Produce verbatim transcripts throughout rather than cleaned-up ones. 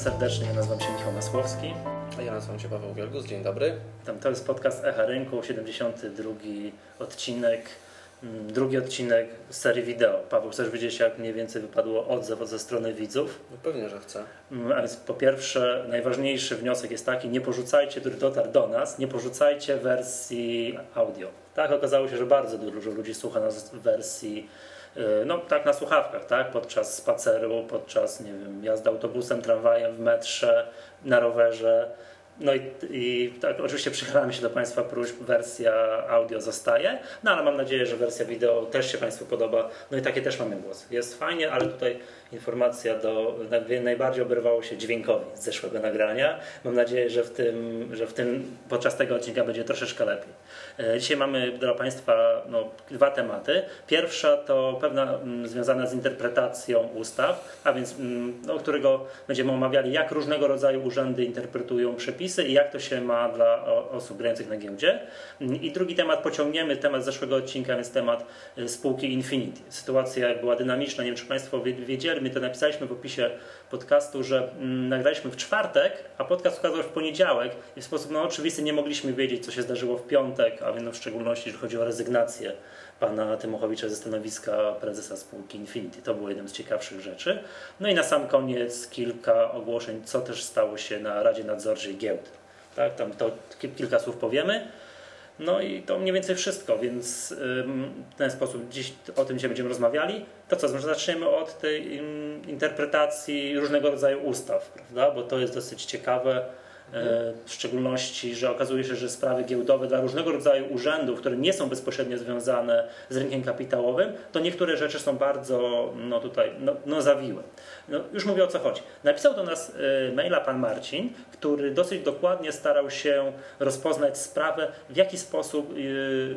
serdecznie, ja nazywam się Michał Masłowski. A ja nazywam się Paweł Wielgus, dzień dobry. To jest podcast Echa Rynku, siedemdziesiąty drugi odcinek, drugi odcinek z serii wideo. Paweł, chcesz wiedzieć, jak mniej więcej wypadło odzew ze strony widzów? No pewnie, że chcę. A więc po pierwsze, najważniejszy wniosek jest taki, nie porzucajcie, który dotarł do nas, nie porzucajcie wersji audio. Tak, okazało się, że bardzo dużo ludzi słucha nas w wersji no tak na słuchawkach, tak? Podczas spaceru, podczas, nie wiem, jazdy autobusem, tramwajem, w metrze, na rowerze. No i, i tak, oczywiście przychylamy się do Państwa próśb, wersja audio zostaje, no ale mam nadzieję, że wersja wideo też się Państwu podoba. No i takie też mamy głos. Jest fajnie, ale tutaj informacja do, najbardziej oberwało się dźwiękowi z zeszłego nagrania. Mam nadzieję, że w tym, że w tym podczas tego odcinka będzie troszeczkę lepiej. Dzisiaj mamy dla Państwa no, dwa tematy. Pierwsza to pewna m, związana z interpretacją ustaw, a więc m, no, którego będziemy omawiali, jak różnego rodzaju urzędy interpretują przepisy i jak to się ma dla osób grających na giełdzie. I drugi temat pociągniemy, temat z zeszłego odcinka, więc temat spółki Infinity. Sytuacja była dynamiczna, nie wiem czy Państwo wiedzieli, my to napisaliśmy w opisie podcastu, że mm, nagraliśmy w czwartek, a podcast ukazał się w poniedziałek i w sposób no, oczywisty nie mogliśmy wiedzieć, co się zdarzyło w piątek, a więc no, w szczególności, jeżeli chodzi o rezygnację pana Tymochowicza ze stanowiska prezesa spółki Infinity. To było jednym z ciekawszych rzeczy. No i na sam koniec kilka ogłoszeń, co też stało się na Radzie Nadzorczej Giełd. Tak, tam to kilka słów powiemy. No i to mniej więcej wszystko, więc w ten sposób dziś o tym dzisiaj będziemy rozmawiali. To co, może zaczniemy od tej interpretacji różnego rodzaju ustaw, prawda? Bo to jest dosyć ciekawe. W szczególności, że okazuje się, że sprawy giełdowe dla różnego rodzaju urzędów, które nie są bezpośrednio związane z rynkiem kapitałowym, to niektóre rzeczy są bardzo no tutaj, no, no zawiłe. No, już mówię o co chodzi. Napisał do nas y, maila pan Marcin, który dosyć dokładnie starał się rozpoznać sprawę, w jaki sposób, y, y,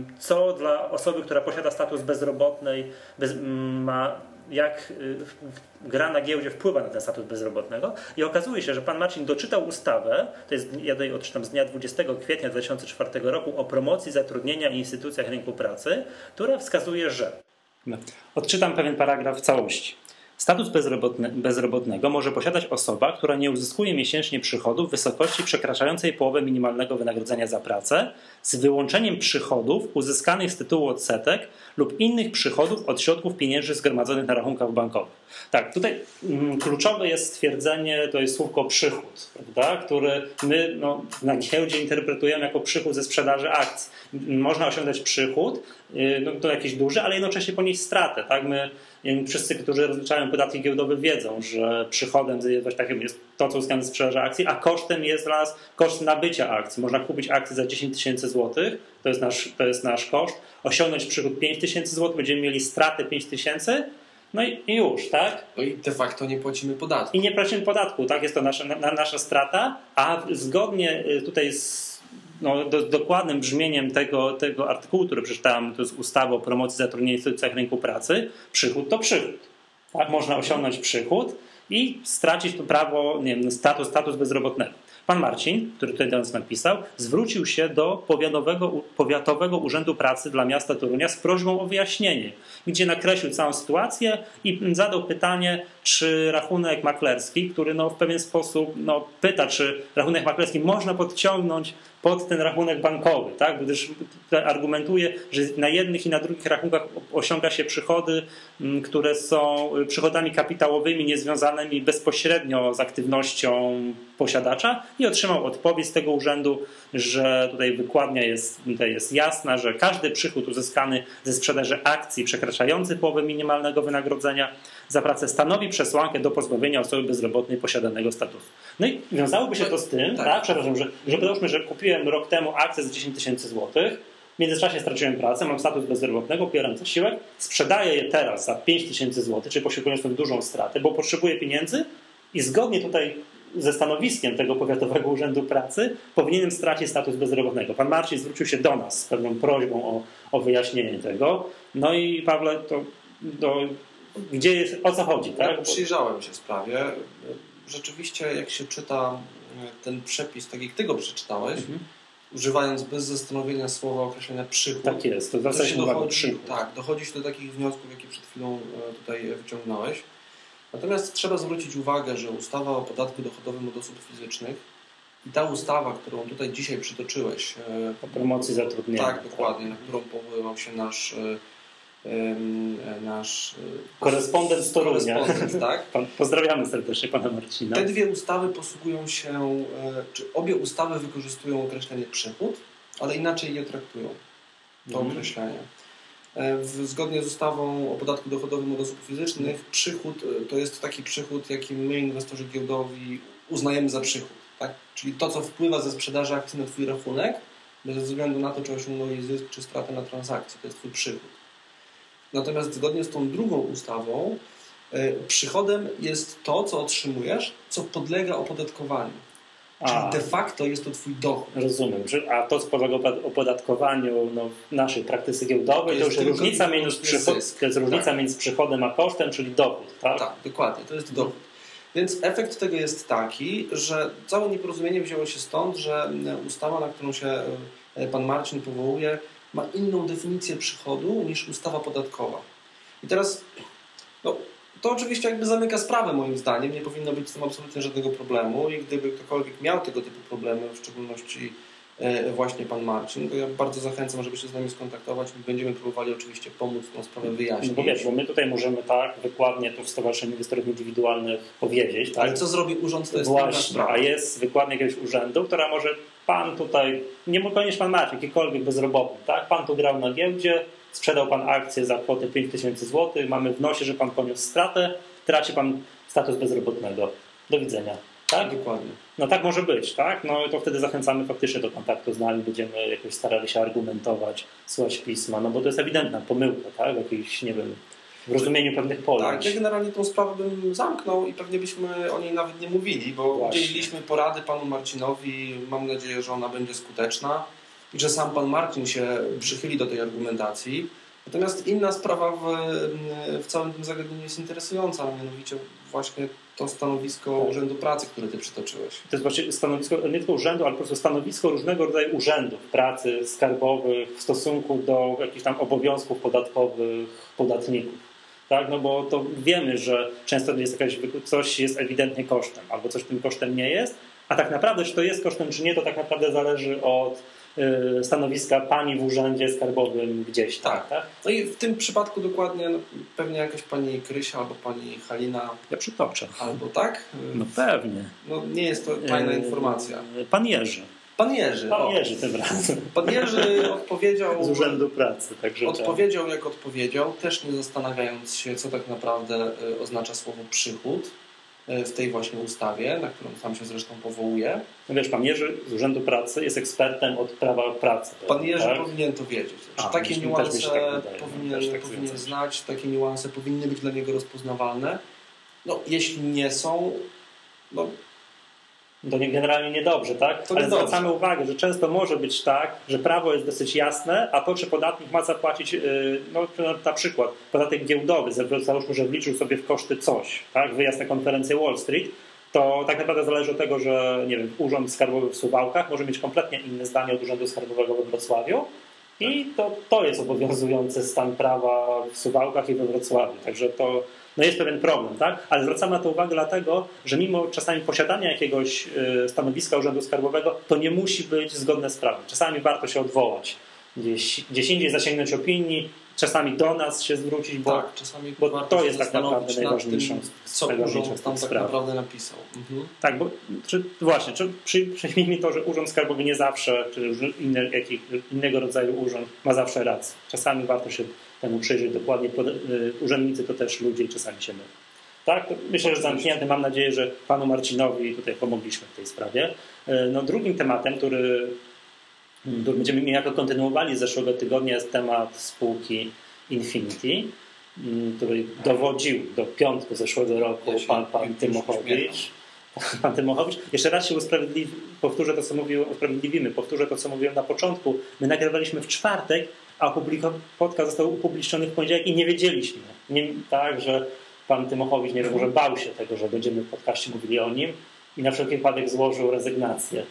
co dla osoby, która posiada status bezrobotnej, bez, y, ma jak gra na giełdzie wpływa na ten status bezrobotnego i okazuje się, że pan Marcin doczytał ustawę, to jest, ja tutaj odczytam z dnia dwudziestego kwietnia dwa tysiące czwartego roku o promocji zatrudnienia i instytucjach rynku pracy, która wskazuje, że... No. Odczytam pewien paragraf w całości. Status bezrobotny, bezrobotnego może posiadać osoba, która nie uzyskuje miesięcznie przychodów w wysokości przekraczającej połowę minimalnego wynagrodzenia za pracę, z wyłączeniem przychodów uzyskanych z tytułu odsetek lub innych przychodów od środków pieniężnych zgromadzonych na rachunkach bankowych. Tak, tutaj mm, kluczowe jest stwierdzenie, to jest słówko przychód, prawda, który my no, na giełdzie interpretujemy jako przychód ze sprzedaży akcji. Można osiągnąć przychód, yy, no, to jakiś duży, ale jednocześnie ponieść stratę. Tak? My, wszyscy, którzy rozliczają podatki giełdowe, wiedzą, że przychodem jest to, co uzyskamy ze sprzedaży akcji, a kosztem jest dla nas koszt nabycia akcji. Można kupić akcję za dziesięć tysięcy złotych, to jest nasz, to jest nasz koszt, osiągnąć przychód pięć tysięcy złotych, będziemy mieli stratę pięć tysięcy, no i, i już, tak? No i de facto nie płacimy podatku. I nie płacimy podatku, tak? Jest to nasza, na, nasza strata, a zgodnie tutaj z no, do, dokładnym brzmieniem tego, tego artykułu, który przeczytałem, to jest ustawa o promocji zatrudnienia w instytucjach rynku pracy, przychód to przychód. Tak? Można osiągnąć przychód i stracić to prawo, nie wiem, status, status bezrobotnego. Pan Marcin, który tutaj do nas napisał, zwrócił się do powiatowego, powiatowego Urzędu Pracy dla miasta Torunia z prośbą o wyjaśnienie, gdzie nakreślił całą sytuację i zadał pytanie, czy rachunek maklerski, który no w pewien sposób no, pyta, czy rachunek maklerski można podciągnąć pod ten rachunek bankowy, tak? Gdyż argumentuje, że na jednych i na drugich rachunkach osiąga się przychody, które są przychodami kapitałowymi niezwiązanymi bezpośrednio z aktywnością posiadacza i otrzymał odpowiedź z tego urzędu, że tutaj wykładnia jest, tutaj jest jasna, że każdy przychód uzyskany ze sprzedaży akcji przekraczający połowę minimalnego wynagrodzenia za pracę stanowi przesłankę do pozbawienia osoby bezrobotnej posiadanego statusu. No i wiązałoby się to z tym, tak, tak przepraszam, że, że powiedzmy, że kupiłem rok temu akcję za dziesięć tysięcy złotych, w międzyczasie straciłem pracę, mam status bezrobotnego, pobieram zasiłek, sprzedaję je teraz za pięć tysięcy złotych, czyli posiadając dużą stratę, bo potrzebuję pieniędzy i zgodnie tutaj ze stanowiskiem tego Powiatowego Urzędu Pracy powinienem stracić status bezrobotnego. Pan Marcin zwrócił się do nas z pewną prośbą o, o wyjaśnienie tego. No i Pawle, to, to gdzie jest, o co chodzi? Tak? Ja przyjrzałem się sprawie. Rzeczywiście jak się czyta ten przepis, tak jak ty go przeczytałeś, mhm. używając bez zastanowienia słowa określenia przychód. Tak jest, to zawsze się dochodzi, tak, dochodzi się do takich wniosków, jakie przed chwilą tutaj wyciągnąłeś. Natomiast trzeba zwrócić uwagę, że ustawa o podatku dochodowym od osób fizycznych i ta ustawa, którą tutaj dzisiaj przytoczyłeś, o promocji zatrudnienia. Tak, dokładnie, na którą powoływał się nasz nasz korespondent z Torunia. Tak? Pozdrawiamy serdecznie pana Marcina. Te dwie ustawy posługują się, czy obie ustawy wykorzystują określenie przychód, ale inaczej je traktują, to mhm. określenie. W, zgodnie z ustawą o podatku dochodowym od osób fizycznych przychód to jest taki przychód, jaki my, inwestorzy giełdowi, uznajemy za przychód. Tak? Czyli to, co wpływa ze sprzedaży akcji na twój rachunek, bez względu na to, czy osiągnąłeś zysk, czy stratę na transakcji. To jest twój przychód. Natomiast zgodnie z tą drugą ustawą y, przychodem jest to, co otrzymujesz, co podlega opodatkowaniu. Czyli a, de facto jest to twój dochód. Rozumiem. A to, co podlega opodatkowaniu no, w naszej praktyce giełdowej, to, to już różnica, między, przychod, to jest różnica tak. między przychodem a kosztem, czyli dochód. Tak, tak dokładnie. To jest dochód. Więc efekt tego jest taki, że całe nieporozumienie wzięło się stąd, że ustawa, na którą się pan Marcin powołuje, ma inną definicję przychodu niż ustawa podatkowa. I teraz no, to oczywiście jakby zamyka sprawę moim zdaniem, nie powinno być z tym absolutnie żadnego problemu i gdyby ktokolwiek miał tego typu problemy, w szczególności właśnie pan Marcin, to ja bardzo zachęcam, żeby się z nami skontaktować i będziemy próbowali oczywiście pomóc tą sprawę wyjaśnić. No bo wiesz, bo my tutaj możemy tak wykładnie tu w Stowarzyszeniu Inwestorów Indywidualnych powiedzieć. Tak? Ale co zrobi urząd, to jest właśnie, sprawa. A jest wykładnia jakiegoś urzędu, która może pan tutaj, nie ponieważ pan Marcin, jakikolwiek bezrobotny, tak? Pan tu grał na giełdzie, sprzedał pan akcję za kwotę pięć tysięcy złotych, mamy w nosie, że pan poniósł stratę, traci pan status bezrobotnego. Do widzenia. Tak? Dokładnie. No tak może być, tak? No to wtedy zachęcamy faktycznie do kontaktu z nami, będziemy jakoś starali się argumentować, słać pisma, no bo to jest ewidentna pomyłka, tak? W jakiejś, nie wiem, w rozumieniu pewnych pojęć. Tak, ja generalnie tą sprawę bym zamknął i pewnie byśmy o niej nawet nie mówili, bo Właśnie. udzieliliśmy porady panu Marcinowi, mam nadzieję, że ona będzie skuteczna i że sam pan Marcin się przychyli do tej argumentacji. Natomiast inna sprawa w, w całym tym zagadnieniu jest interesująca, a mianowicie właśnie to stanowisko tak. Urzędu Pracy, które ty przytoczyłeś. To jest właśnie stanowisko nie tylko urzędu, ale po prostu stanowisko różnego rodzaju urzędów pracy, skarbowych w stosunku do jakichś tam obowiązków podatkowych podatników. Tak? No bo to wiemy, że często jest jakaś, coś jest ewidentnie kosztem, albo coś tym kosztem nie jest, a tak naprawdę, czy to jest kosztem, czy nie, to tak naprawdę zależy od y, stanowiska pani w urzędzie skarbowym gdzieś tam. Tak. tak? No i w tym przypadku dokładnie no, pewnie jakaś pani Krysia albo pani Halina. Ja przytoczę. Albo tak? No pewnie. No nie jest to tajna y, informacja. Pan Jerzy. Pan Jerzy. Pan Jerzy tym razem. Pan Jerzy odpowiedział... Z Urzędu Pracy. Także odpowiedział jak odpowiedział, też nie zastanawiając się, co tak naprawdę oznacza słowo przychód w tej właśnie ustawie, na którą sam się zresztą powołuje. No wiesz, pan Jerzy z Urzędu Pracy jest ekspertem od prawa pracy. Pan Jerzy tak? powinien to wiedzieć. A, takie niuanse tak wydaje, powinien, tak powinien znać, takie niuanse powinny być dla niego rozpoznawalne. No, jeśli nie są, no to nie, generalnie niedobrze, tak? To Ale niedobrze. Zwracamy uwagę, że często może być tak, że prawo jest dosyć jasne, a to, czy podatnik ma zapłacić, no na przykład podatek giełdowy, załóżmy, że wliczył sobie w koszty coś, tak? Wyjazd na konferencję Wall Street, to tak naprawdę zależy od tego, że nie wiem, Urząd Skarbowy w Suwałkach może mieć kompletnie inne zdanie od Urzędu Skarbowego we Wrocławiu i to, to jest obowiązujący stan prawa w Suwałkach i we Wrocławiu. Także to no jest pewien problem, tak? Ale zwracamy na to uwagę dlatego, że mimo czasami posiadania jakiegoś stanowiska Urzędu Skarbowego, to nie musi być zgodne z prawem. Czasami warto się odwołać, gdzieś, gdzieś indziej zasięgnąć opinii, czasami do nas się zwrócić, bo, tak, czasami bo to jest tak naprawdę najważniejszą co urząd tam tak naprawdę napisał. Mhm. Tak, bo czy, właśnie, czy, przy, przyjmijmy to, że Urząd Skarbowy nie zawsze, czy inne, jakich, innego rodzaju urząd ma zawsze rację. Czasami warto się temu przyjrzeć dokładnie. Urzędnicy to też ludzie i czasami się mylą. Tak? Myślę, że zamknięty. Mam nadzieję, że panu Marcinowi tutaj pomogliśmy w tej sprawie. No, drugim tematem, który, który będziemy niejako kontynuowali z zeszłego tygodnia, jest temat spółki Infinity, który dowodził do piątku zeszłego roku ja pan, pan Tymochowicz. Pan Tymochowicz. Jeszcze raz się usprawiedliwi, powtórzę to, co mówiłem, usprawiedliwimy. Powtórzę to, co mówiłem na początku. My nagrywaliśmy w czwartek, a podcast został upubliczniony w poniedziałek i nie wiedzieliśmy. Nie, tak, że pan Tymochowicz, nie wiem, może bał się tego, że będziemy w podcaście mówili o nim i na wszelki wypadek złożył rezygnację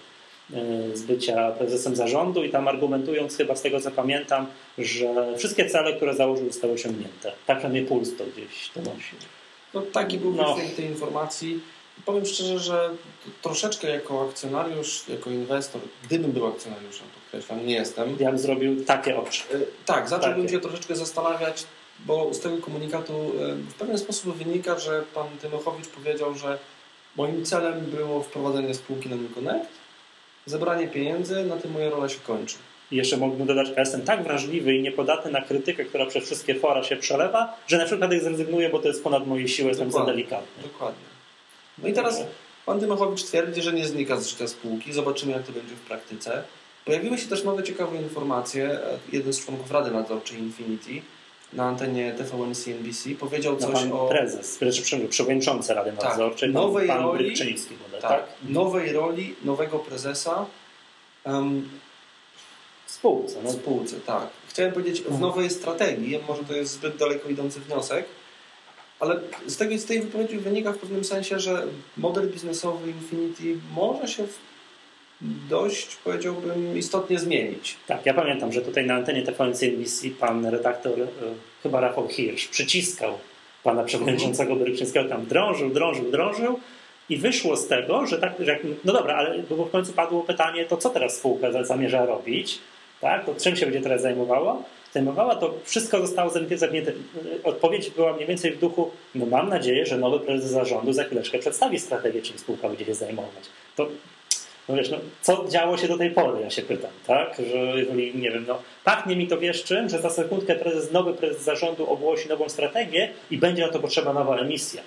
z bycia prezesem zarządu i tam argumentując chyba z tego, co pamiętam, że wszystkie cele, które założył, zostały osiągnięte. Tak przynajmniej Puls to gdzieś donosi. No taki był no. wydźwięk tej informacji. Powiem szczerze, że troszeczkę jako akcjonariusz, jako inwestor, gdybym był akcjonariuszem, podkreślam, nie jestem. Ja bym zrobił takie oczy. Tak, zacząłbym takie. się troszeczkę zastanawiać, bo z tego komunikatu w pewien sposób wynika, że pan Tymochowicz powiedział, że moim celem było wprowadzenie spółki na NewConnect, zebranie pieniędzy, na tym moja rola się kończy. I jeszcze mógłbym dodać, że ja jestem tak wrażliwy i niepodatny na krytykę, która przez wszystkie fora się przelewa, że na przykład ich zrezygnuję, bo to jest ponad moje siły, jestem za delikatny. Dokładnie. No i teraz pan Tymochowicz twierdzi, że nie znika z życia spółki. Zobaczymy, jak to będzie w praktyce. Pojawiły się też nowe, ciekawe informacje. Jeden z członków Rady Nadzorczej Infinity na antenie T V N C N B C powiedział coś no pan o... prezes, przewodniczący Rady Nadzorczej, tak, nowej pan roli, Brykczyński. Tak, tak? Nowej roli, nowego prezesa um, w spółce. No. W spółce, tak. Chciałem powiedzieć w nowej strategii, może to jest zbyt daleko idący wniosek, ale z, tego, z tej wypowiedzi wynika w pewnym sensie, że model biznesowy Infinity może się dość, powiedziałbym, istotnie zmienić. Tak, ja pamiętam, że tutaj na antenie T V N C N B C pan redaktor, y, chyba Rafał Hirsch, przyciskał pana przewodniczącego Brykczyńskiego, tam drążył, drążył, drążył i wyszło z tego, że tak, że jak, no dobra, ale bo w końcu padło pytanie, to co teraz spółka zamierza robić, tak, to czym się będzie teraz zajmowała? Zajmowała, to wszystko zostało zamknięte. Odpowiedź była mniej więcej w duchu, no mam nadzieję, że nowy prezes zarządu za chwileczkę przedstawi strategię, czym spółka będzie się zajmować. To no wiesz, no, co działo się do tej pory, ja się pytam, tak? Że jeżeli, nie wiem, no, pachnie mi to wiesz czym, że za sekundkę prezes, nowy prezes zarządu ogłosi nową strategię i będzie na to potrzeba nowa emisja.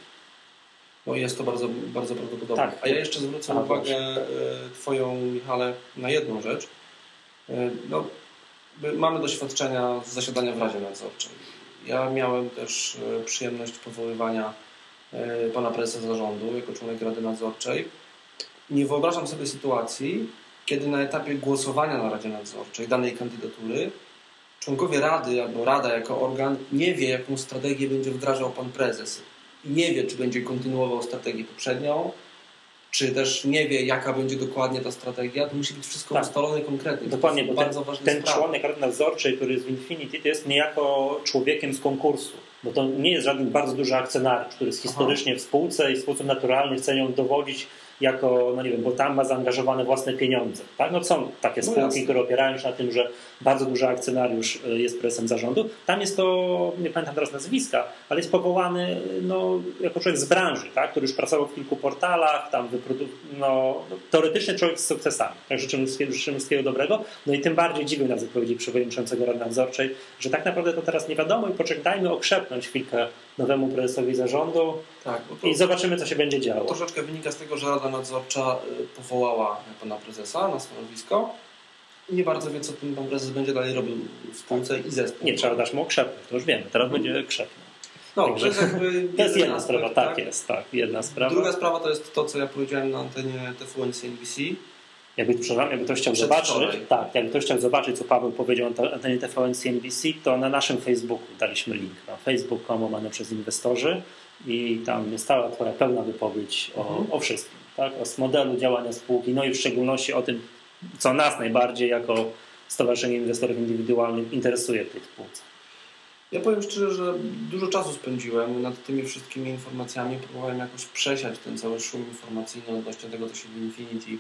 No jest to bardzo, bardzo prawdopodobne. Tak. A ja jeszcze zwrócę A, uwagę proszę. Twoją, Michale, na jedną rzecz. No, mamy doświadczenia z zasiadania w Radzie Nadzorczej. Ja miałem też przyjemność powoływania pana prezesa zarządu jako członek Rady Nadzorczej. Nie wyobrażam sobie sytuacji, kiedy na etapie głosowania na Radzie Nadzorczej danej kandydatury członkowie Rady albo Rada jako organ nie wie, jaką strategię będzie wdrażał pan prezes. I nie wie, czy będzie kontynuował strategię poprzednią, czy też nie wie, jaka będzie dokładnie ta strategia. To musi być wszystko tak. ustalone konkretnie. Dokładnie, bo bardzo ten, ważny ten członek Rady Nadzorczej, który jest w Infinity, to jest niejako człowiekiem z konkursu. Bo to nie jest żaden bardzo duży akcjonariusz, który jest historycznie Aha. w spółce i w sposób naturalny chce ją dowodzić jako, no nie wiem, bo tam ma zaangażowane własne pieniądze. Tak? No są takie spółki, no które opierają się na tym, że bardzo duży akcjonariusz jest prezesem zarządu. Tam jest to, nie pamiętam teraz nazwiska, ale jest powołany no, jako człowiek z branży, tak? Który już pracował w kilku portalach, tam wyprodu- no, teoretycznie człowiek z sukcesami. Tak, życzymy wszystkiego dobrego. No i tym bardziej dziwił nas wypowiedzi przewodniczącego Rady Nadzorczej, że tak naprawdę to teraz nie wiadomo i poczekajmy okrzepnąć chwilkę nowemu prezesowi zarządu tak, i zobaczymy, co się będzie działo. Troszeczkę wynika z tego, że Rada Nadzorcza powołała pana prezesa na stanowisko i nie bardzo wie, co ten pan prezes będzie dalej robił w spółce i zespół. Nie, trzeba dać mu okrzepnąć, to już wiemy, teraz hmm. będzie krzepnął. No, Także, to jest, jakby to jest jedna sprawa, tak, tak jest, tak, jedna sprawa. Druga sprawa to jest to, co ja powiedziałem na antenie T V N C N B C. Jakby, przepraszam, jakby ktoś chciał zobaczyć, tak, jakby ktoś chciał zobaczyć, co Paweł powiedział na antenie T V N C N B C, to na naszym Facebooku daliśmy link na facebook kropka com łamane przez inwestorzy i tam jest cała twoja pełna wypowiedź o, mhm. o wszystkim, tak, o modelu działania spółki, no i w szczególności o tym, co nas najbardziej jako Stowarzyszenie Inwestorów Indywidualnych interesuje w tej spółce. Ja powiem szczerze, że dużo czasu spędziłem nad tymi wszystkimi informacjami, próbowałem jakoś przesiać ten cały szum informacyjny odnośnie tego, co się w Infinity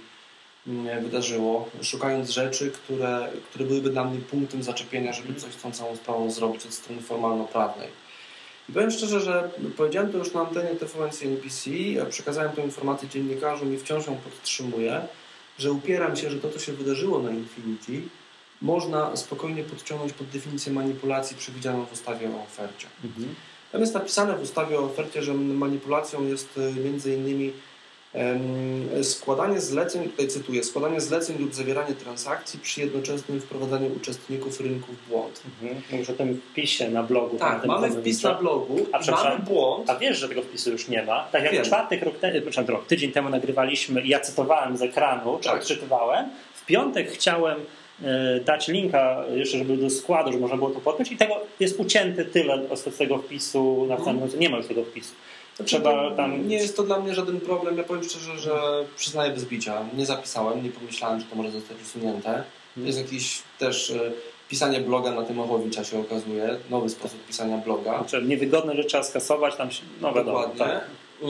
wydarzyło, szukając rzeczy, które, które byłyby dla mnie punktem zaczepienia, żeby coś z tą całą sprawą zrobić od strony formalno-prawnej. I powiem szczerze, że powiedziałem to już na antenie T V N C N B C, przekazałem tę informację dziennikarzom i wciąż ją podtrzymuję, że upieram się, że to, co się wydarzyło na Infinity, można spokojnie podciągnąć pod definicję manipulacji przewidzianą w ustawie o ofercie. Mhm. Tam jest napisane w ustawie o ofercie, że manipulacją jest między innymi składanie zleceń, tutaj cytuję, składanie zleceń lub zawieranie transakcji przy jednoczesnym wprowadzaniu uczestników rynku w błąd. Mhm. Mówisz o tym wpisie na blogu. Tak, mamy wpis na blogu, a mamy błąd. A wiesz, że tego wpisu już nie ma? Tak jak Wiem. w czwartek, rok, te, rok, tydzień temu nagrywaliśmy i ja cytowałem z ekranu, czy tak. odczytywałem. W piątek chciałem y, dać linka jeszcze, żeby do składu, żeby można było to podpiąć i tego jest ucięty tyle z tego wpisu, na hmm. nie ma już tego wpisu. Trzeba tam... Nie jest to dla mnie żaden problem. Ja powiem szczerze, że przyznaję bez bicia. Nie zapisałem, nie pomyślałem, że to może zostać usunięte. To jest jakiś też pisanie bloga na Tymachowicza się okazuje, nowy sposób pisania bloga. Znaczy, niewygodne rzeczy trzeba skasować, tam się, no wiadomo, Dokładnie. tak.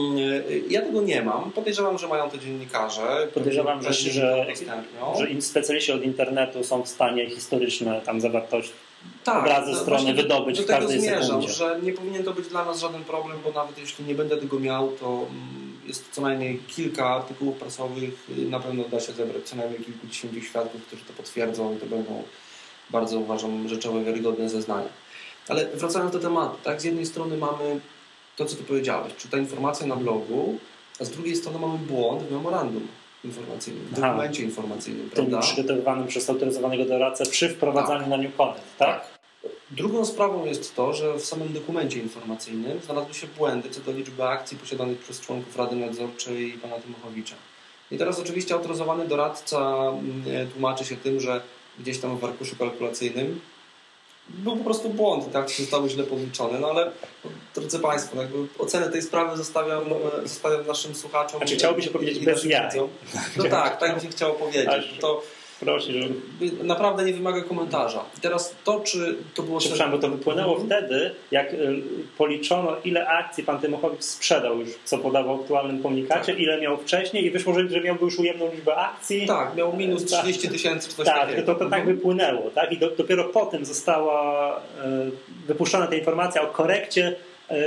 Ja tego nie mam. Podejrzewam, że mają to dziennikarze. Podejrzewam, że, że, że specjaliści od internetu są w stanie historyczne tam zawartość tak, obrazy strony wydobyć do w każdej zmierzam, sekundzie. Że nie powinien to być dla nas żaden problem, bo nawet jeśli nie będę tego miał, to jest co najmniej kilka artykułów prasowych. Na pewno da się zebrać co najmniej kilkudziesięciu świadków, którzy to potwierdzą i to będą bardzo, uważam, rzeczowe, wiarygodne zeznania. Ale wracając do tematu, tak? Z jednej strony mamy to, co ty powiedziałeś, czy ta informacja na blogu, a z drugiej strony mamy błąd w memorandum informacyjnym, w dokumencie Aha. informacyjnym, prawda? Tym przygotowywanym przez autoryzowanego doradcę przy wprowadzaniu tak. na New Connect, tak? tak? Drugą sprawą jest to, że w samym dokumencie informacyjnym znalazły się błędy co do liczby akcji posiadanych przez członków Rady Nadzorczej i pana Tymachowicza. I teraz oczywiście autoryzowany doradca tłumaczy się tym, że gdzieś tam w arkuszu kalkulacyjnym był po prostu błąd, tak? Zostały źle policzone, no ale drodzy Państwo, jakby ocenę tej sprawy zostawiam, zostawiam naszym słuchaczom. A czy chciałoby się powiedzieć bez jaj? No tak, tak bym się chciał powiedzieć. To proszę, że... naprawdę nie wymaga komentarza. I teraz to, czy to było... Przepraszam, bo to wypłynęło hmm. wtedy, jak policzono, ile akcji pan Tymachowicz sprzedał już, co podawał w aktualnym komunikacie, tak. ile miał wcześniej i wyszło, że miałby już ujemną liczbę akcji. Tak, miał minus trzydzieści tysięcy czy coś tak, takiego. To, to, to tak wypłynęło. Tak? I do, dopiero potem została y, wypuszczona ta informacja o korekcie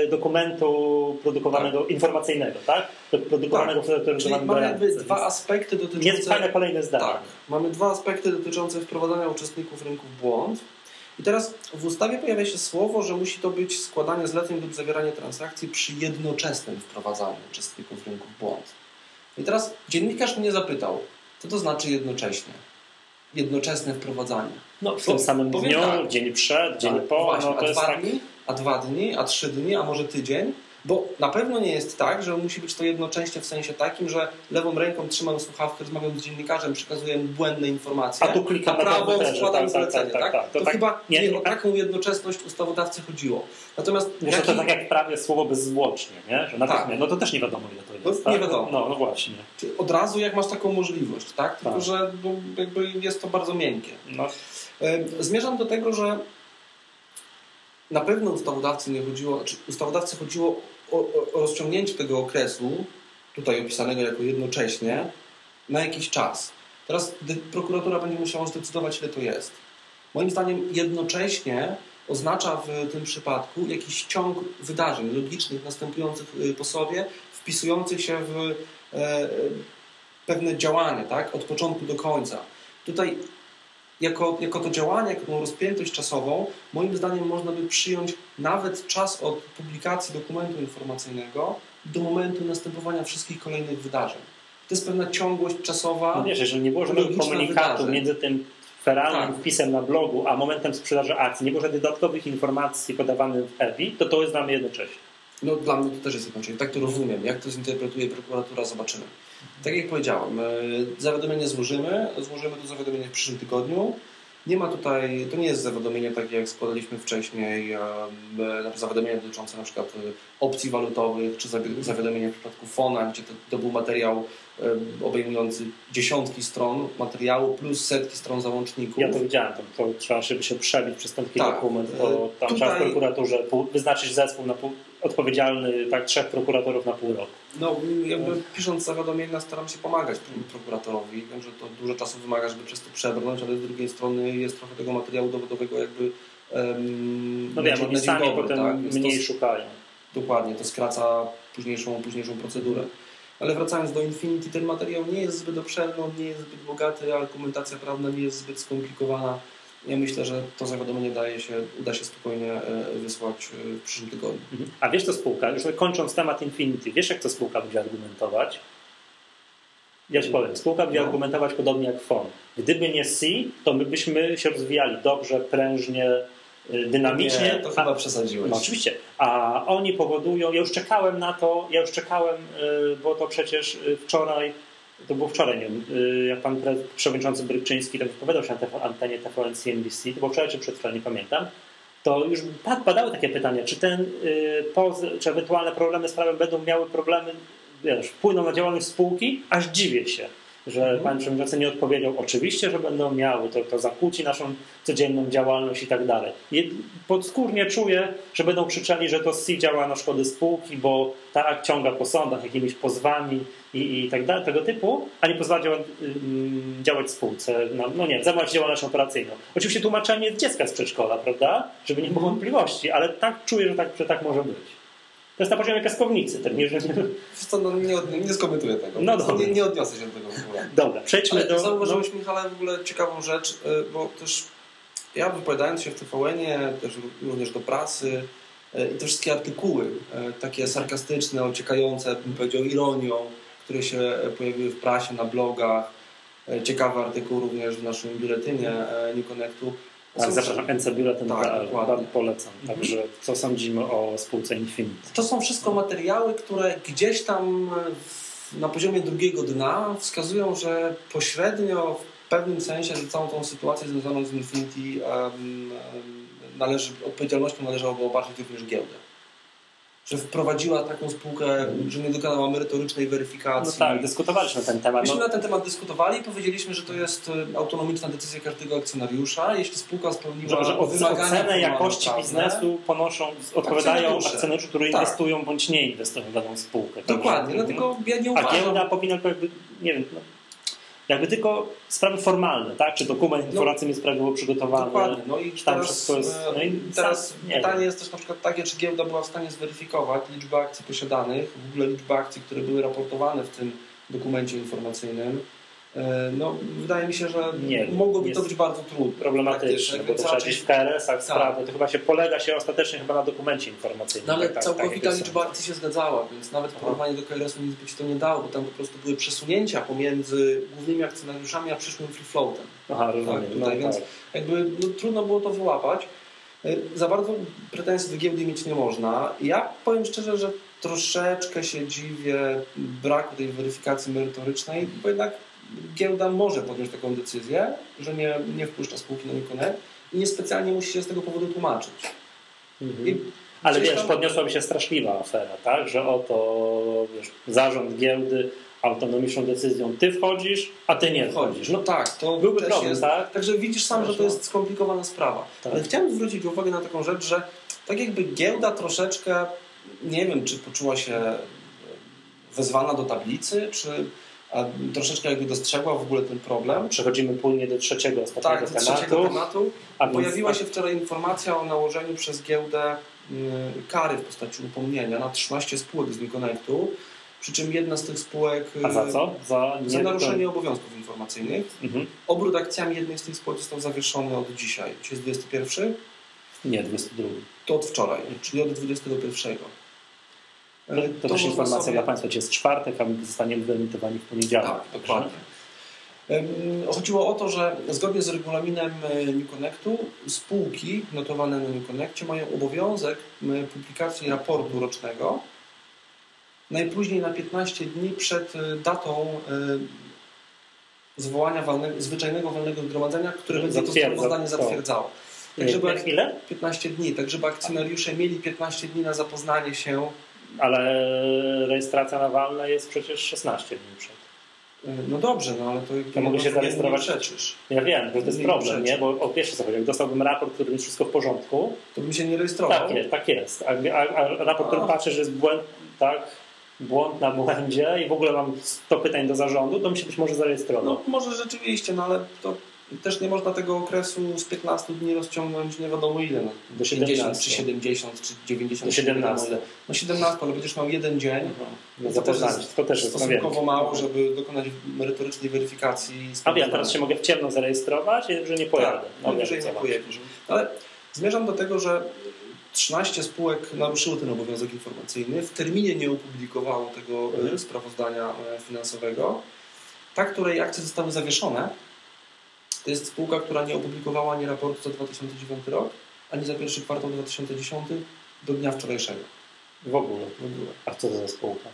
dokumentu produkowanego, tak. informacyjnego, tak? Produkowanego tak. w Czyli mamy jakby dwa aspekty dotyczące... Niesłychane kolejne zdanie. Tak. Mamy dwa aspekty dotyczące wprowadzania uczestników rynku w błąd. I teraz w ustawie pojawia się słowo, że musi to być składanie zleceń lub zawieranie transakcji przy jednoczesnym wprowadzaniu uczestników rynku w błąd. I teraz dziennikarz mnie zapytał, co to znaczy jednocześnie? Jednoczesne wprowadzanie. No w tym samym dniu, tak. dzień przed, dzień po. Właśnie, no, to a, jest dwa tak... dni, a dwa dni, a trzy dni, a może tydzień? Bo na pewno nie jest tak, że musi być to jednocześnie w sensie takim, że lewą ręką trzymam słuchawkę, rozmawiam z dziennikarzem, przekazuję mu błędne informacje, a tu klikam a prawą składam tak, zlecenie. Tak, tak, tak, to, to to chyba tak, nie, nie, nie o taką jednoczesność ustawodawcy chodziło. Natomiast Wiesz, jaki... to tak jak w prawie słowo bezzwłocznie, nie? Że tak. No to też nie wiadomo, ile to jest. No, nie tak? wiadomo. No, no właśnie. Czyli od razu jak masz taką możliwość, tak? Tylko, tak. że jakby jest to bardzo miękkie. No. Zmierzam do tego, że na pewno ustawodawcy nie chodziło, czy ustawodawcy chodziło o, o rozciągnięcie tego okresu, tutaj opisanego jako jednocześnie, na jakiś czas. Teraz prokuratura będzie musiała zdecydować, ile to jest. Moim zdaniem jednocześnie oznacza w tym przypadku jakiś ciąg wydarzeń logicznych, następujących po sobie, wpisujących się w e, pewne działanie, tak? Od początku do końca. Tutaj Jako, jako to działanie, jako tą rozpiętość czasową, moim zdaniem można by przyjąć nawet czas od publikacji dokumentu informacyjnego do momentu następowania wszystkich kolejnych wydarzeń. To jest pewna ciągłość czasowa. No wiesz, jeżeli nie było żadnego komunikatu wydarzeń. między tym feralnym tak. wpisem na blogu, a momentem sprzedaży akcji, nie było żadnych dodatkowych informacji podawanych w E W I, to to jest dla mnie jednocześnie. No dla mnie to też jest jednocześnie. Tak to rozumiem. Jak to zinterpretuje prokuratura, zobaczymy. Tak jak powiedziałem, zawiadomienie złożymy, złożymy to zawiadomienie w przyszłym tygodniu. Nie ma tutaj, to nie jest zawiadomienie takie jak składaliśmy wcześniej, zawiadomienie dotyczące na przykład opcji walutowych, czy zawiadomienie w przypadku Fona, gdzie to, to był materiał obejmujący dziesiątki stron materiału plus setki stron załączników. Ja to widziałem, to, to trzeba się, się przebić przez ten tak. dokument, bo tam tutaj... trzeba w prokuraturze wyznaczyć zespół na pół, odpowiedzialny, tak, trzech prokuratorów na pół roku. No, jakby pisząc zawiadomienia staram się pomagać prokuratorowi. Wiem, że to dużo czasu wymaga, żeby przez to przebrnąć, ale z drugiej strony jest trochę tego materiału dowodowego jakby um, no wiem, oni sami dobry, potem tak? mniej to, szukają. Dokładnie, to skraca późniejszą, późniejszą procedurę. Ale wracając do Infinity, ten materiał nie jest zbyt obszerny, on nie jest zbyt bogaty, argumentacja prawna nie jest zbyt skomplikowana. Ja myślę, że to zawiadomienie daje się, uda się spokojnie wysłać w przyszłym tygodniu. A wiesz co spółka, już kończąc temat Infinity, wiesz jak to spółka będzie argumentować? Ja ci powiem, spółka będzie no. argumentować podobnie jak F O N. Gdyby nie C, to my byśmy się rozwijali dobrze, prężnie, dynamicznie. Nie, to chyba przesadziłeś. No oczywiście. A oni powodują, ja już czekałem na to, ja już czekałem, bo to przecież wczoraj, to było wczoraj, nie wiem, jak pan przewodniczący Brykczyński tak wypowiadał się na antenie T V N C N B C, to było wczoraj czy przedwczoraj, nie pamiętam, to już padały takie pytania, czy ten poz- czy ewentualne problemy z prawem będą miały problemy, wiesz, wpłyną na działalność spółki, aż dziwię się. że mhm. pan przewodniczący nie odpowiedział, oczywiście, że będą miały, to, to zakłóci naszą codzienną działalność i tak dalej. Podskórnie czuję, że będą krzyczeli, że to S I działa na szkody spółki, bo tak ciąga po sądach jakimiś pozwami i, i tak dalej, tego typu, a nie pozwala działać, działać w spółce, no, no nie, zajmować działalnością operacyjną. Oczywiście tłumaczenie dziecka z przedszkola, prawda, żeby nie było wątpliwości, ale tak czuję, że tak, że tak może być. To jest na poziomie piaskownicy. Tak nie, że nie... Co, no, nie, nie skomentuję tego. No nie, nie odniosę się do tego w ogóle. Dobra, przejdźmy ale do... Zauważyłeś, no... Michale, w ogóle ciekawą rzecz, bo też ja wypowiadając się w T V N-ie, też również do prasy i te wszystkie artykuły takie sarkastyczne, ociekające, bym powiedział, ironią, które się pojawiły w prasie, na blogach, ciekawy artykuł również w naszym biuletynie New Connectu. Tak, zapraszam, N C Bulletin, tak, bardzo polecam. Także mhm. co sądzimy o spółce Infinity? To są wszystko materiały, które gdzieś tam w, na poziomie drugiego dna wskazują, że pośrednio w pewnym sensie za całą tą sytuację związaną z Infinity um, należy, odpowiedzialnością należałoby obarczyć również giełdę. Że wprowadziła taką spółkę, że nie dokonała merytorycznej weryfikacji. No tak, dyskutowaliśmy na ten temat. Myśmy no. na ten temat dyskutowali i powiedzieliśmy, że to jest autonomiczna decyzja każdego akcjonariusza. Jeśli spółka spełniła że, że wymagania ocenę jakości prawne, biznesu ponoszą, odpowiadają akcjonariusze, którzy tak. inwestują bądź nie inwestują w daną spółkę. Dokładnie, dlatego no, ja nie uważam... A giełda powinna jakby, nie wiem, no, jakby tylko sprawy formalne, tak? Czy dokument no, informacyjny sprawy był przygotowany. Dokładnie. No i tam teraz, wszystko jest, no i teraz sam, pytanie wiem. jest też na przykład takie, czy giełda była w stanie zweryfikować liczbę akcji posiadanych, w ogóle liczbę akcji, które były raportowane w tym dokumencie informacyjnym. No, wydaje mi się, że nie, mogłoby to być bardzo trudne. Problematyczne, bo to trzeba gdzieś w K R S-ach sprawy. To chyba się polega się ostatecznie chyba na dokumencie informacyjnym. No, ale tak, całkowita tak, liczba akcji się zgadzała, więc nawet porównanie do K R S-u nic by ci to nie dało, bo tam po prostu były przesunięcia pomiędzy głównymi akcjonariuszami a przyszłym free floatem. Aha, rozumiem. Tak, tutaj, no, więc tak. jakby no, trudno było to wyłapać. Za bardzo pretensji do giełdy mieć nie można. Ja powiem szczerze, że troszeczkę się dziwię braku tej weryfikacji merytorycznej, bo jednak giełda może podjąć taką decyzję, że nie, nie wpuszcza spółki na New Connect i niespecjalnie musi się z tego powodu tłumaczyć. Mhm. Ale wiesz, tam... podniosłaby się straszliwa afera, tak? Że oto wiesz, zarząd giełdy autonomiczną decyzją ty wchodzisz, a ty nie wchodzisz. No tak, to byłby też problem, jest, tak? Także widzisz sam, że to jest skomplikowana sprawa. Tak. Ale chciałem zwrócić uwagę na taką rzecz, że tak jakby giełda troszeczkę, nie wiem, czy poczuła się wezwana do tablicy, czy a troszeczkę jakby dostrzegła w ogóle ten problem. Przechodzimy płynnie do trzeciego ostatniego tak, do tematu. trzeciego tematu. A Pojawiła więc... się wczoraj informacja o nałożeniu przez giełdę kary w postaci upomnienia na trzynaście spółek z New Connectu, przy czym jedna z tych spółek... A za co? Za, nie za naruszenie to... obowiązków informacyjnych. Mhm. Obrót akcjami jednej z tych spółek został zawieszony od dzisiaj. Dzisiaj jest dwudziesty pierwszy? Nie, dwudziesty drugi. To od wczoraj, czyli od dwudziestego pierwszego. To, to, to też informacja sobie... dla Państwa, że jest czwartek, a my zostaniemy wyemitowani w poniedziałek. Tak, dokładnie. Chodziło o to, że zgodnie z regulaminem New Connectu spółki notowane na New Connectie mają obowiązek publikacji raportu rocznego najpóźniej na piętnaście dni przed datą zwołania walnego, zwyczajnego walnego zgromadzenia, które będzie to sprawozdanie zatwierdzało. Tak, żeby, ile? piętnaście dni, tak żeby akcjonariusze mieli piętnaście dni na zapoznanie się. Ale rejestracja na walne jest przecież szesnaście dni przed. No dobrze, no ale to... Ja mogę się zarejestrować. Przeczysz. Ja wiem, że to jest nie problem, nie? nie? Bo o pierwsze co chodzi, jak dostałbym raport, który jest wszystko w porządku, to bym się nie rejestrował. Tak jest, tak jest. A, a, a raport, który patrzę, że jest błęd, tak, błąd na błędzie i w ogóle mam sto pytań do zarządu, to mi się być może zarejestrował. No może rzeczywiście, no ale to też nie można tego okresu z piętnastu dni rozciągnąć nie wiadomo ile. No, do pięćdziesiąt, czy siedemdziesiąt, czy dziewięćdziesiąt. Do siedemnastu. No siedemnastu, ale będziesz miał jeden dzień. No, to, też jest, to też jest stosunkowo mało, żeby dokonać merytorycznej weryfikacji. A ja teraz się mogę w ciemno zarejestrować, że nie pojadę. Tak, no, jeżeli nie pojedziesz. Ale zmierzam do tego, że trzynaście spółek naruszyło ten obowiązek informacyjny, w terminie nie opublikowało tego mhm. sprawozdania finansowego. Ta, której akcje zostały zawieszone, to jest spółka, która nie opublikowała ani raportu za dwa tysiące dziewiąty rok, ani za pierwszy kwartał dwa tysiące dziesiąty do dnia wczorajszego. W ogóle? W ogóle. A co to za spółka?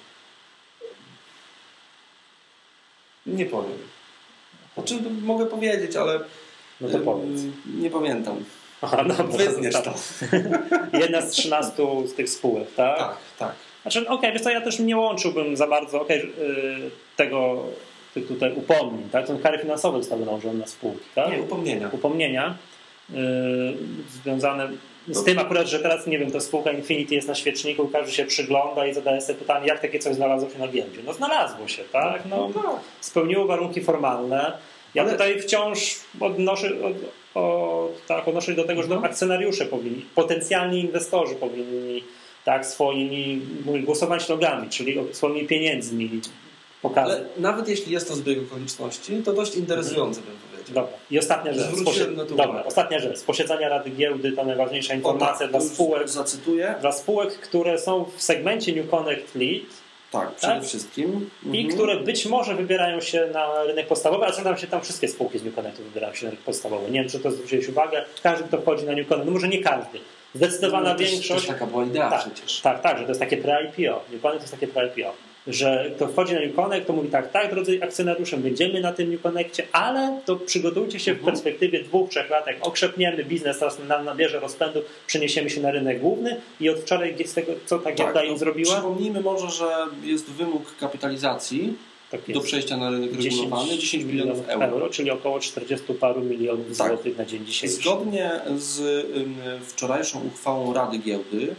Nie powiem. Znaczy, mogę powiedzieć, ale no to powiedz. Nie pamiętam. Aha, no, wyzniesz to. Jedna z trzynastu z tych spółek, tak? Tak, tak. Znaczy, okej, okay, wiesz co, ja też nie łączyłbym za bardzo okay, yy, tego tych tutaj upomnień, tak? Są kary finansowe zostały nałożone na spółki, tak? Nie, upomnienia. Upomnienia yy, związane z tym akurat, że teraz, nie wiem, to spółka Infinity jest na świeczniku, każdy się przygląda i zadaje sobie pytanie, jak takie coś znalazło się na giełdzie. No znalazło się, tak? No, spełniło warunki formalne. Ja Ale... tutaj wciąż odnoszę, od, od, tak, odnoszę się do tego, że to akcjonariusze powinni, potencjalni inwestorzy powinni tak, swoimi głosować nogami, czyli swoimi pieniędzmi pokazać. Ale nawet jeśli jest to zbieg okoliczności, to dość interesujące bym powiedział. Dobra. I ostatnia rzecz. Posie... Dobra, ostatnia rzecz. Z posiedzenia Rady Giełdy to najważniejsza informacja o, tak, dla spółek, zacytuję. Dla spółek, które są w segmencie New Connect Fleet. Tak, przede tak? wszystkim. I mhm. które być może wybierają się na rynek podstawowy, a tam się tam wszystkie spółki z New Connectu wybierają się na rynek podstawowy. Nie wiem, czy to zwróciłeś uwagę. Każdy, kto wchodzi na New Connect, no może nie każdy. Zdecydowana no, większość. To jest taka była idea tak, przecież. Tak, tak, że to jest takie pre-I P O. New Connect to jest takie pre-I P O. Że kto wchodzi na New Connect, to mówi tak, tak, drodzy akcjonariusze, będziemy na tym New Connectie, ale to przygotujcie się w perspektywie dwóch, trzech lat, jak okrzepniemy biznes, teraz nam nabierze rozpędu, przeniesiemy się na rynek główny i od wczoraj z tego, co ta giełda tak, im zrobiła. Przypomnijmy może, że jest wymóg kapitalizacji tak do przejścia na rynek regulowany dziesięć milionów euro. euro, czyli około czterdziestu paru milionów tak. złotych na dzień dzisiejszy. Zgodnie z um, wczorajszą uchwałą Rady Giełdy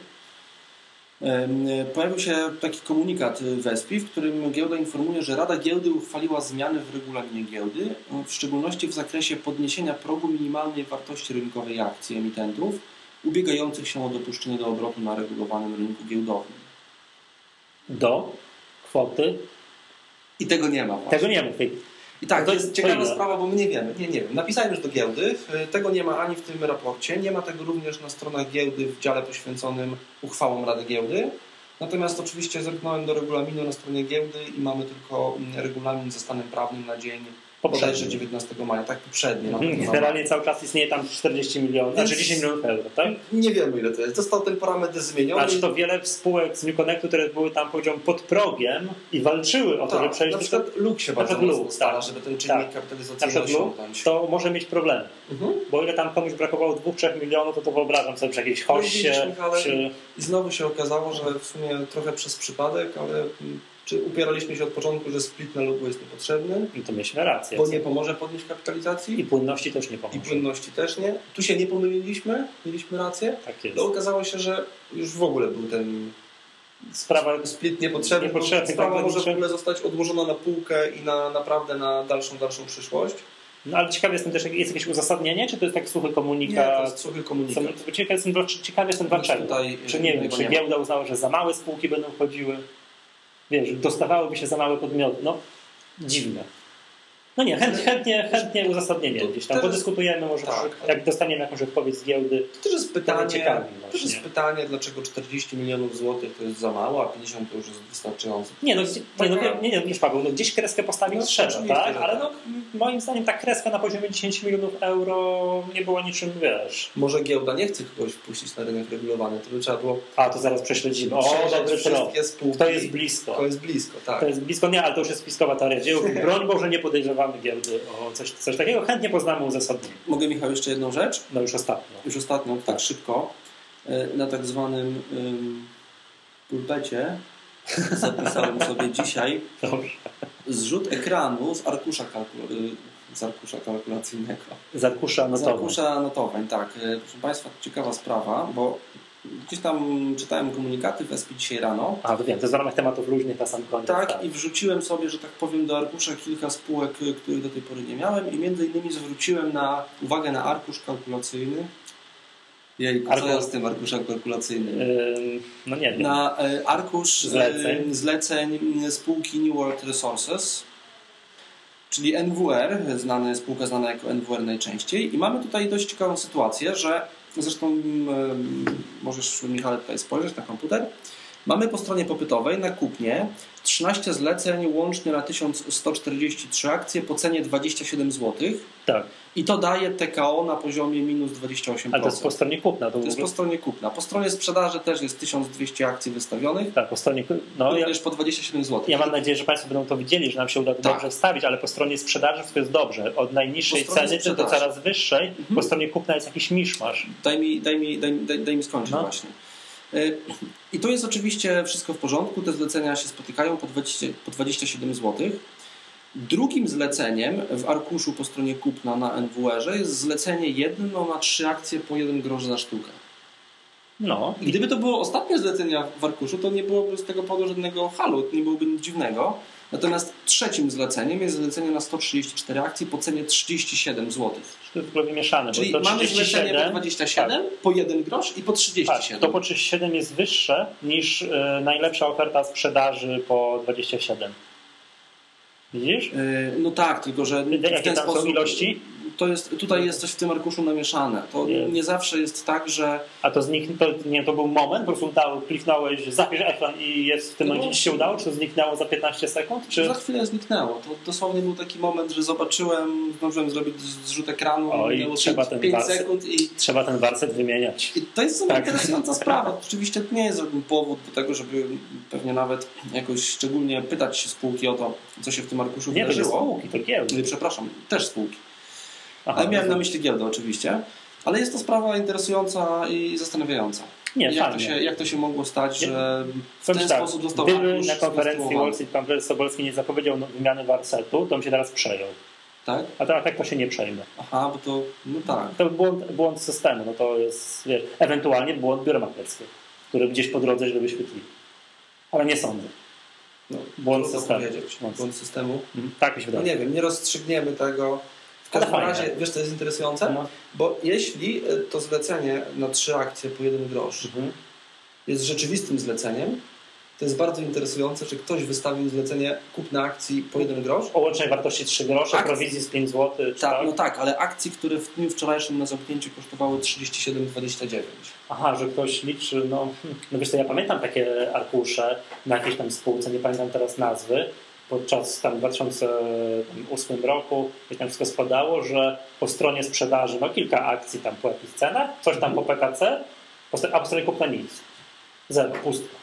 pojawił się taki komunikat w E S P I, w którym giełda informuje, że Rada Giełdy uchwaliła zmiany w regulaminie giełdy, w szczególności w zakresie podniesienia progu minimalnej wartości rynkowej akcji emitentów ubiegających się o dopuszczenie do obrotu na regulowanym rynku giełdowym. Do kwoty? I tego nie ma. Właśnie. Tego nie ma. I tak, to jest ciekawa sprawa, bo my nie wiemy. Nie, nie wiem. Napisałem już do giełdy. Tego nie ma ani w tym raporcie. Nie ma tego również na stronach giełdy w dziale poświęconym uchwałom Rady Giełdy. Natomiast oczywiście zerknąłem do regulaminu na stronie giełdy i mamy tylko regulamin ze stanem prawnym na dzień bodajże dziewiętnastego maja, tak poprzednie. Generalnie cały czas istnieje tam czterdzieści milionów, znaczy dziesięć milionów euro, tak? Nie wiemy, ile to jest. Został ten parametr zmieniony. Znaczy to wiele spółek z New Connectu, które były tam, powiedziałem, pod progiem i walczyły o to, tak, żeby przejść... Na przykład do... Luk się bardzo mocno stara, żeby ten czynnik tak. kapitalizacyjny osiągnąć. To może mieć problemy. Mhm. Bo ile tam komuś brakowało dwóch, trzech milionów, to to wyobrażam sobie przy jakiejś hoście... No, czy... I znowu się okazało, że w sumie trochę przez przypadek, ale... Czy upieraliśmy się od początku, że split na luku jest niepotrzebny? I to mieliśmy rację. Bo nie pomoże podnieść kapitalizacji. I płynności też nie pomoże. I płynności też nie. Tu się nie pomyliliśmy, mieliśmy rację. Tak jest. No okazało się, że już w ogóle był ten sprawa split niepotrzebny. niepotrzebny sprawa może w ogóle zostać odłożona na półkę i na naprawdę na dalszą, dalszą przyszłość. No ale ciekawy jestem też, jest jakieś uzasadnienie, czy to jest tak suchy komunikat? Nie, to jest suchy komunikat. Ciekawy jestem, ciekawy jestem dlaczego. Tutaj, czy nie wiem, czy nie giełda uznała, że za małe spółki będą wchodziły? Wiesz, dostawałyby się za małe podmioty. No, dziwne. No nie, chęt, chętnie, chętnie uzasadnienie to gdzieś tam podyskutujemy, może tak, jak dostaniemy jakąś odpowiedź z giełdy. To też jest pytanie, to też jest pytanie, dlaczego czterdzieści milionów złotych to jest za mało, a pięćdziesiąt to już jest wystarczająco. Nie, no, nie, no, nie, nie, wiesz Paweł, no, gdzieś kreskę postawić no, trzeba, tak? Ale no, moim zdaniem ta kreska na poziomie dziesięć milionów euro nie była niczym, wiesz. Może giełda nie chce kogoś wpuścić na rynek regulowany, to by trzeba było... A, to zaraz prześledzimy. O, dobry trop. To jest blisko. To jest blisko, tak. To jest blisko, nie, ale to już jest spiskowa teoria dziejów. Broń Boże, nie podejrzewamy giełdy o coś, coś takiego. Chętnie poznamy uzasadnienie. Mogę, Michał, jeszcze jedną rzecz? No już ostatnio. Już ostatnio, tak szybko. Na tak zwanym um, pulpecie zapisałem sobie dzisiaj Dobrze. zrzut ekranu z arkusza, kalkul- z arkusza kalkulacyjnego. Z arkusza notowań. Z arkusza notowań, tak. Proszę Państwa, ciekawa sprawa, bo gdzieś tam czytałem komunikaty w E S P I dzisiaj rano. A, to wiem, to jest w ramach tematów luźnych na sam koniec. Tak, tak, i wrzuciłem sobie, że tak powiem, do arkusza kilka spółek, których do tej pory nie miałem i między innymi zwróciłem na uwagę na arkusz kalkulacyjny. Jejku, Arku... co ja z tym arkuszem kalkulacyjnym? Yy, no nie wiem. Na y, arkusz zleceń. Y, zleceń spółki New World Resources, czyli N W R, znany, spółka znana jako N W R najczęściej. I mamy tutaj dość ciekawą sytuację, że zresztą y, możesz, Michale, tutaj spojrzeć na komputer. Mamy po stronie popytowej na kupnie trzynaście zleceń łącznie na tysiąc sto czterdzieści trzy akcje po cenie dwadzieścia siedem złotych. Tak. I to daje T K O na poziomie minus dwadzieścia osiem procent. Ale to jest po stronie kupna. To, to jest po stronie kupna. Po stronie sprzedaży też jest tysiąc dwieście akcji wystawionych. Tak, po stronie no, również ja, po dwadzieścia siedem złotych. Ja mam nadzieję, że Państwo będą to widzieli, że nam się uda to tak. dobrze wstawić, ale po stronie sprzedaży to jest dobrze. Od najniższej ceny do coraz wyższej. Mhm. Po stronie kupna jest jakiś miszmasz. Daj mi, daj mi, daj, daj, daj mi skończyć no. właśnie. I to jest oczywiście wszystko w porządku. Te zlecenia się spotykają po dwadzieścia, po dwadzieścia siedem złotych. Drugim zleceniem w arkuszu po stronie kupna na N W R-ze jest zlecenie jedno na trzy akcje po jeden grosz za sztukę. No. I gdyby to było ostatnie zlecenie w arkuszu, to nie byłoby z tego powodu żadnego halu, nie byłoby nic dziwnego. Natomiast trzecim zleceniem jest zlecenie na sto trzydzieści cztery akcje po cenie trzydzieści siedem złotych. To jest w ogóle mieszane. Czyli bo to mamy zlecenie po dwadzieścia siedem, tak. po jeden grosz i po trzydzieści siedem. Tak, to po trzydzieści siedem jest wyższe niż y, najlepsza oferta sprzedaży po dwadzieścia siedem. Widzisz? Yy, no tak, tylko że w Jakie ten tam sposób są ilości? To jest, tutaj jest coś w tym arkuszu namieszane. To nie, nie zawsze jest tak, że... A to, znik, to, nie, to był moment, po prostu udało, kliknąłeś, zapisz ekran i jest w tym no, momencie ci się udało? Czy to zniknęło za piętnaście sekund? Czy... Za chwilę zniknęło. To dosłownie był taki moment, że zobaczyłem, zdążyłem zrobić zrzut ekranu, o, i trzeba ten pięć sekund i... Trzeba ten warset wymieniać. I to jest tak. interesująca sprawa. Oczywiście to nie jest żaden powód do tego, żeby pewnie nawet jakoś szczególnie pytać się spółki o to, co się w tym arkuszu nie, wydarzyło. Nie, to spółki, to giełdy. Przepraszam, też spółki. Aha, ale miałem na myśli giełdę oczywiście. Ale jest to sprawa interesująca i zastanawiająca. Nie, jak, to się, jak to się mogło stać, że w ten tak, sposób został gdyby na konferencji Wall Street Conference Sobolski nie zapowiedział wymiany warsetu, to on się teraz przejął. Tak? A, to, a tak to się nie przejmie. Aha, bo to, no tak. To błąd, błąd systemu, no to jest, wiesz, ewentualnie błąd biura maklerskiego, który gdzieś po drodze źle wyświetlili. Ale nie sądzę. No, błąd systemu. Błąd, błąd systemu. Mhm. Tak mi się wydaje. No nie wiem, nie rozstrzygniemy tego. W każdym razie, wiesz co jest interesujące? No. Bo jeśli to zlecenie na trzy akcje po jeden grosz mhm. jest rzeczywistym zleceniem, to jest bardzo interesujące, że ktoś wystawił zlecenie kupna akcji po jeden grosz. O łącznej wartości trzy grosze, akcji. Prowizji z pięć złotych. Tak, tak, no tak, ale akcji, które w dniu wczorajszym na zamknięciu kosztowały trzydzieści siedem dwadzieścia dziewięć. Aha, że ktoś liczy, no, no wiesz co, ja pamiętam takie arkusze na jakiejś tam spółce, nie pamiętam teraz nazwy, podczas tam w dwa tysiące ósmym roku, jak tam wszystko spadało, że po stronie sprzedaży no kilka akcji tam po jakichś cenach, coś tam po P K C, a po stronie kupna nic. Zero, pustko.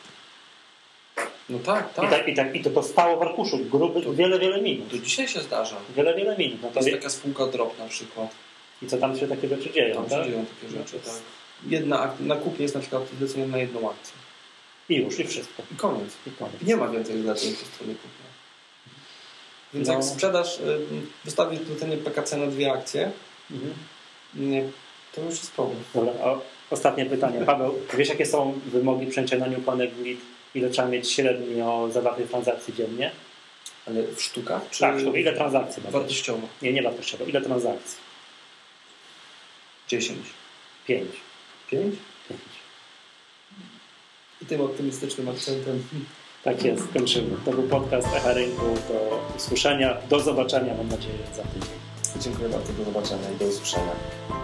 No tak, tak. I, tak, i, tak, i to, to stało w arkuszu gruby, to, wiele, wiele minut. To dzisiaj się zdarza. Wiele, wiele minut. No to jest wie... taka spółka drop na przykład. I co tam się takie rzeczy dzieją? Tam tak? się dzieją takie rzeczy, tak. Jedna, na kupie jest na przykład zlecenie na jedną akcję. I już, i wszystko. I koniec. I koniec. Nie ma więcej zleceń po stronie kupna. Więc no. jak sprzedaż, wystawisz zlecenie P K C na dwie akcje, mhm. nie, to już jest problem. Dobra, o, ostatnie pytanie. Paweł, wiesz jakie są wymogi przejęcia na New Connect Lead? Ile trzeba mieć średnio zawartych transakcji dziennie? Ale w sztukach? Czy tak, sztuk. Ile transakcji? Wartościowo? Nie, nie wartościowo. Ile transakcji? Dziesięć. Pięć. Pięć? Pięć. I tym optymistycznym akcentem. Tak jest, kończymy. To był podcast Echa Rynku. Do usłyszenia. Do zobaczenia, mam nadzieję, za tydzień. Dziękuję bardzo. Do zobaczenia i do usłyszenia.